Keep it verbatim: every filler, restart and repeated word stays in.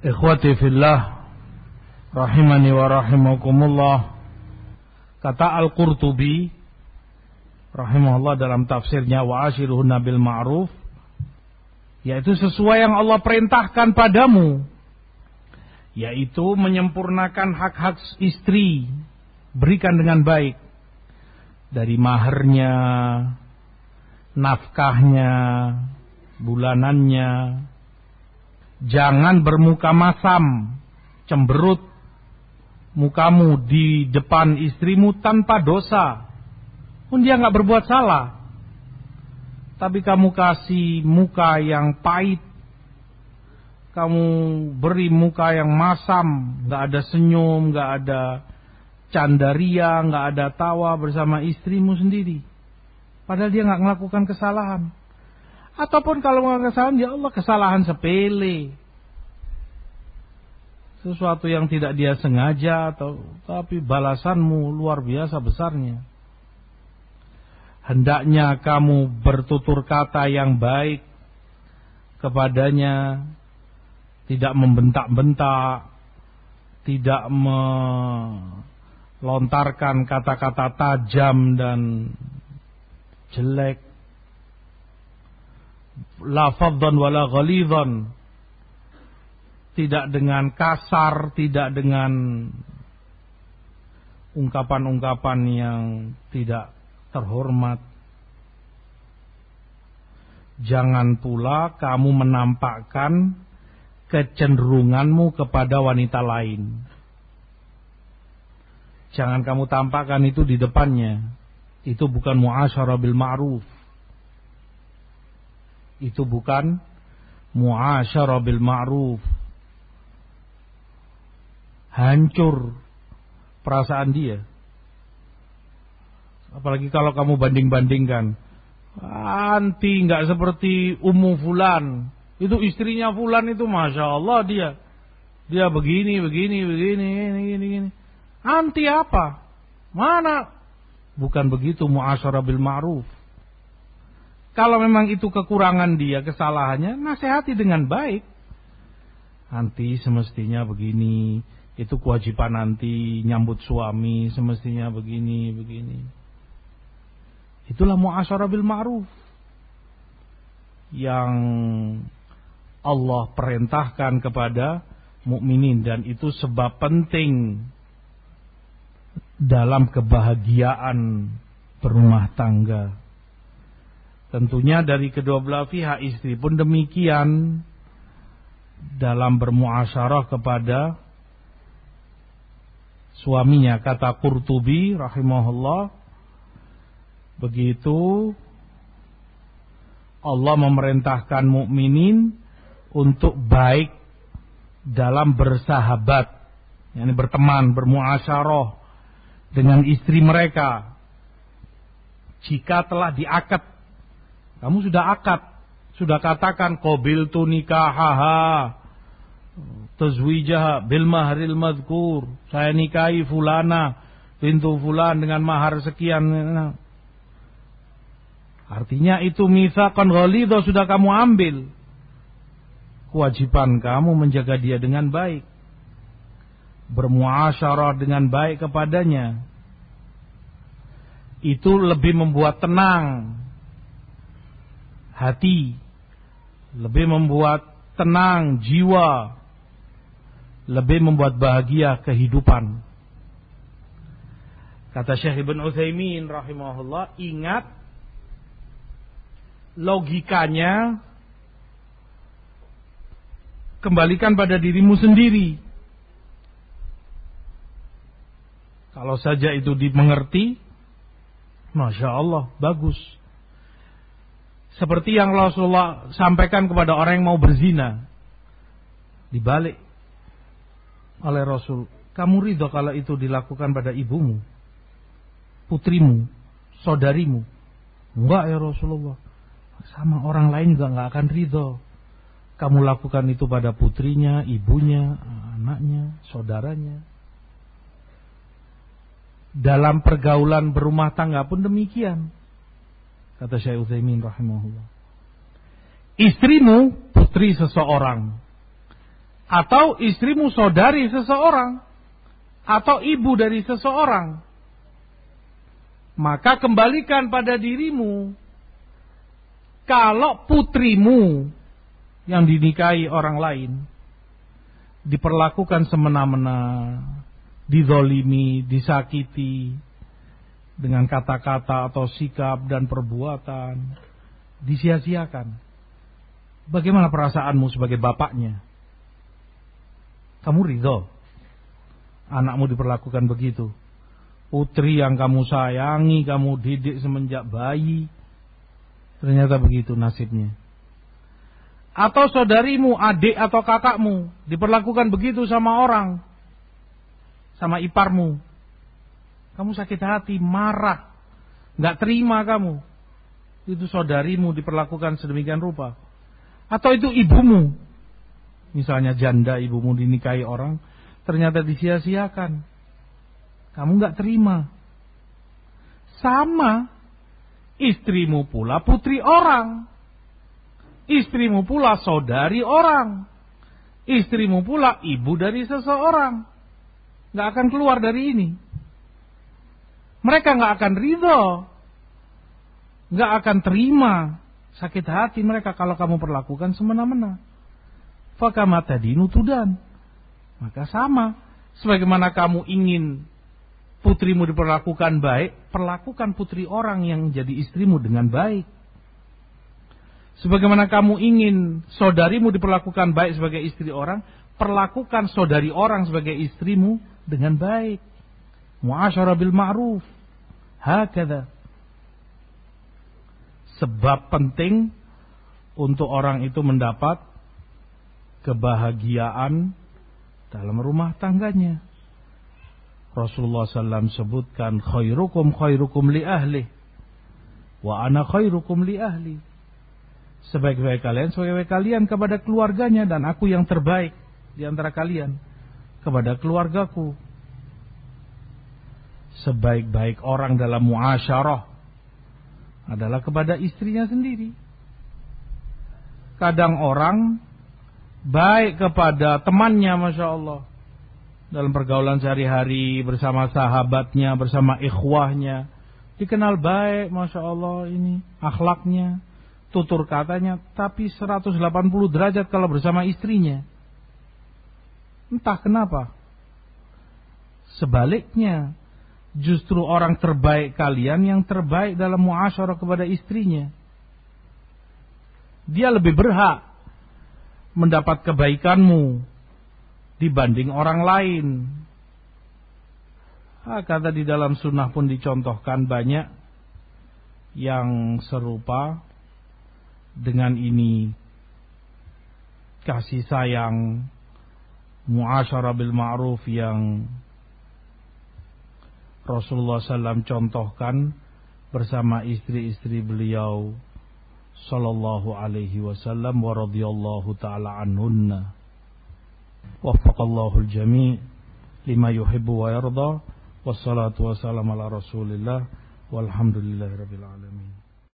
Ikhwati fillah, rahimani wa rahimakumullah. Kata Al-Qurtubi rahimahullah dalam tafsirnya, wa ashiruhunna bil ma'ruf, yaitu sesuai yang Allah perintahkan padamu, yaitu menyempurnakan hak-hak istri, berikan dengan baik, dari maharnya, nafkahnya, bulanannya. Jangan bermuka masam, cemberut mukamu di depan istrimu tanpa dosa, pun dia nggak berbuat salah, tapi kamu kasih muka yang pahit, kamu beri muka yang masam, nggak ada senyum, nggak ada candaria, nggak ada tawa bersama istrimu sendiri, padahal dia nggak melakukan kesalahan. Ataupun kalau melakukan kesalahan, ya Allah kesalahan sepele, sesuatu yang tidak dia sengaja, atau tapi balasanmu luar biasa besarnya. Hendaknya kamu bertutur kata yang baik kepadanya, tidak membentak-bentak, tidak melontarkan kata-kata tajam dan jelek. La faddan wala ghalidhan, tidak dengan kasar, tidak dengan ungkapan-ungkapan yang tidak terhormat. Jangan pula kamu menampakkan kecenderunganmu kepada wanita lain. Jangan kamu tampakkan itu di depannya. Itu bukan muasyarah bil ma'ruf. Itu bukan muasyarah bil ma'ruf. Hancur perasaan dia. Apalagi kalau kamu banding-bandingkan. Anti nggak seperti Ummu Fulan. Itu istrinya Fulan itu Masya Allah dia. Dia begini, begini, begini, begini, begini. Anti apa? Mana? Bukan begitu muasyarah bil ma'ruf. Kalau memang itu kekurangan dia, kesalahannya, nasihati dengan baik. Nanti semestinya begini, itu kewajiban nanti nyambut suami, semestinya begini, begini. Itulah muasyarah bil ma'ruf yang Allah perintahkan kepada mukminin, dan itu sebab penting dalam kebahagiaan berumah tangga. Tentunya dari kedua belah pihak, istri pun demikian dalam bermuasyarah kepada suaminya. Kata Qurtubi rahimahullah, begitu Allah memerintahkan mukminin untuk baik dalam bersahabat, yakni berteman, bermuasyarah dengan istri mereka. Jika telah diakad, kamu sudah akad, sudah katakan qabiltu nikahaha tazwijaha bil mahril madhkur, saya nikahi fulana bintu fulan dengan mahar sekian. Artinya itu mitsaqan ghalidha, sudah kamu ambil. Kewajiban kamu menjaga dia dengan baik, bermuasyarah dengan baik kepadanya. Itu lebih membuat tenang hati, lebih membuat tenang jiwa, lebih membuat bahagia kehidupan. Kata Syekh Ibn Utsaimin rahimahullah, ingat logikanya kembalikan pada dirimu sendiri. Kalau saja itu dimengerti, Masya Allah, bagus. Seperti yang Rasulullah sampaikan kepada orang yang mau berzina. Dibalik oleh Rasul, kamu ridho kalau itu dilakukan pada ibumu, putrimu, saudarimu? Enggak ya Rasulullah. Sama orang lain juga enggak akan ridho. Kamu lakukan itu pada putrinya, ibunya, anaknya, saudaranya. Dalam pergaulan berumah tangga pun demikian. Kata Syekh Utsaimin rahimahullah. Istrimu putri seseorang, atau istrimu saudari seseorang, atau ibu dari seseorang, maka kembalikan pada dirimu. Kalau putrimu yang dinikahi orang lain diperlakukan semena-mena, dizolimi, disakiti dengan kata-kata atau sikap dan perbuatan, disia-siakan, bagaimana perasaanmu sebagai bapaknya? Kamu ridho anakmu diperlakukan begitu? Putri yang kamu sayangi, kamu didik semenjak bayi, ternyata begitu nasibnya. Atau saudarimu, adik atau kakakmu diperlakukan begitu sama orang, sama iparmu, kamu sakit hati, marah, gak terima kamu. Itu saudarimu diperlakukan sedemikian rupa. Atau itu ibumu, misalnya janda ibumu dinikahi orang, ternyata disia-siakan, kamu gak terima. Sama istrimu pula putri orang, istrimu pula saudari orang, istrimu pula ibu dari seseorang, gak akan keluar dari ini. Mereka gak akan ridho, gak akan terima, sakit hati mereka kalau kamu perlakukan semena-mena. Fakama tadinu tudan, maka sama, sebagaimana kamu ingin putrimu diperlakukan baik, perlakukan putri orang yang jadi istrimu dengan baik. Sebagaimana kamu ingin saudarimu diperlakukan baik sebagai istri orang, perlakukan saudari orang sebagai istrimu dengan baik. Mu'asyarah bil ma'ruf. Hakadha. Sebab penting untuk orang itu mendapat kebahagiaan dalam rumah tangganya. Rasulullah sallallahu alaihi wasallam sebutkan, khairukum khairukum li ahli, wa ana khairukum li ahli. Sebaik-baik kalian, sebaik-baik kalian kepada keluarganya, dan aku yang terbaik di antara kalian kepada keluargaku. Sebaik-baik orang dalam muasyarah adalah kepada istrinya sendiri. Kadang orang baik kepada temannya, Masya Allah, dalam pergaulan sehari-hari, bersama sahabatnya, bersama ikhwahnya, dikenal baik, Masya Allah, ini akhlaknya, tutur katanya, tapi seratus delapan puluh derajat kalau bersama istrinya. Entah kenapa. Sebaliknya, justru orang terbaik kalian yang terbaik dalam muasyarah kepada istrinya. Dia lebih berhak mendapat kebaikanmu dibanding orang lain. Ah, kata di dalam sunnah pun dicontohkan banyak yang serupa dengan ini. Kasih sayang, muasyarah bil ma'ruf yang Rasulullah sallallahu alaihi wasallam contohkan bersama istri-istri beliau sallallahu alaihi wasallam wa radhiyallahu ta'ala anhunna. Waffaqallahu al-jami' lima yuhibbu wa yarda. Wassalatu wassalamu ala Rasulillah walhamdulillahi rabbil alamin.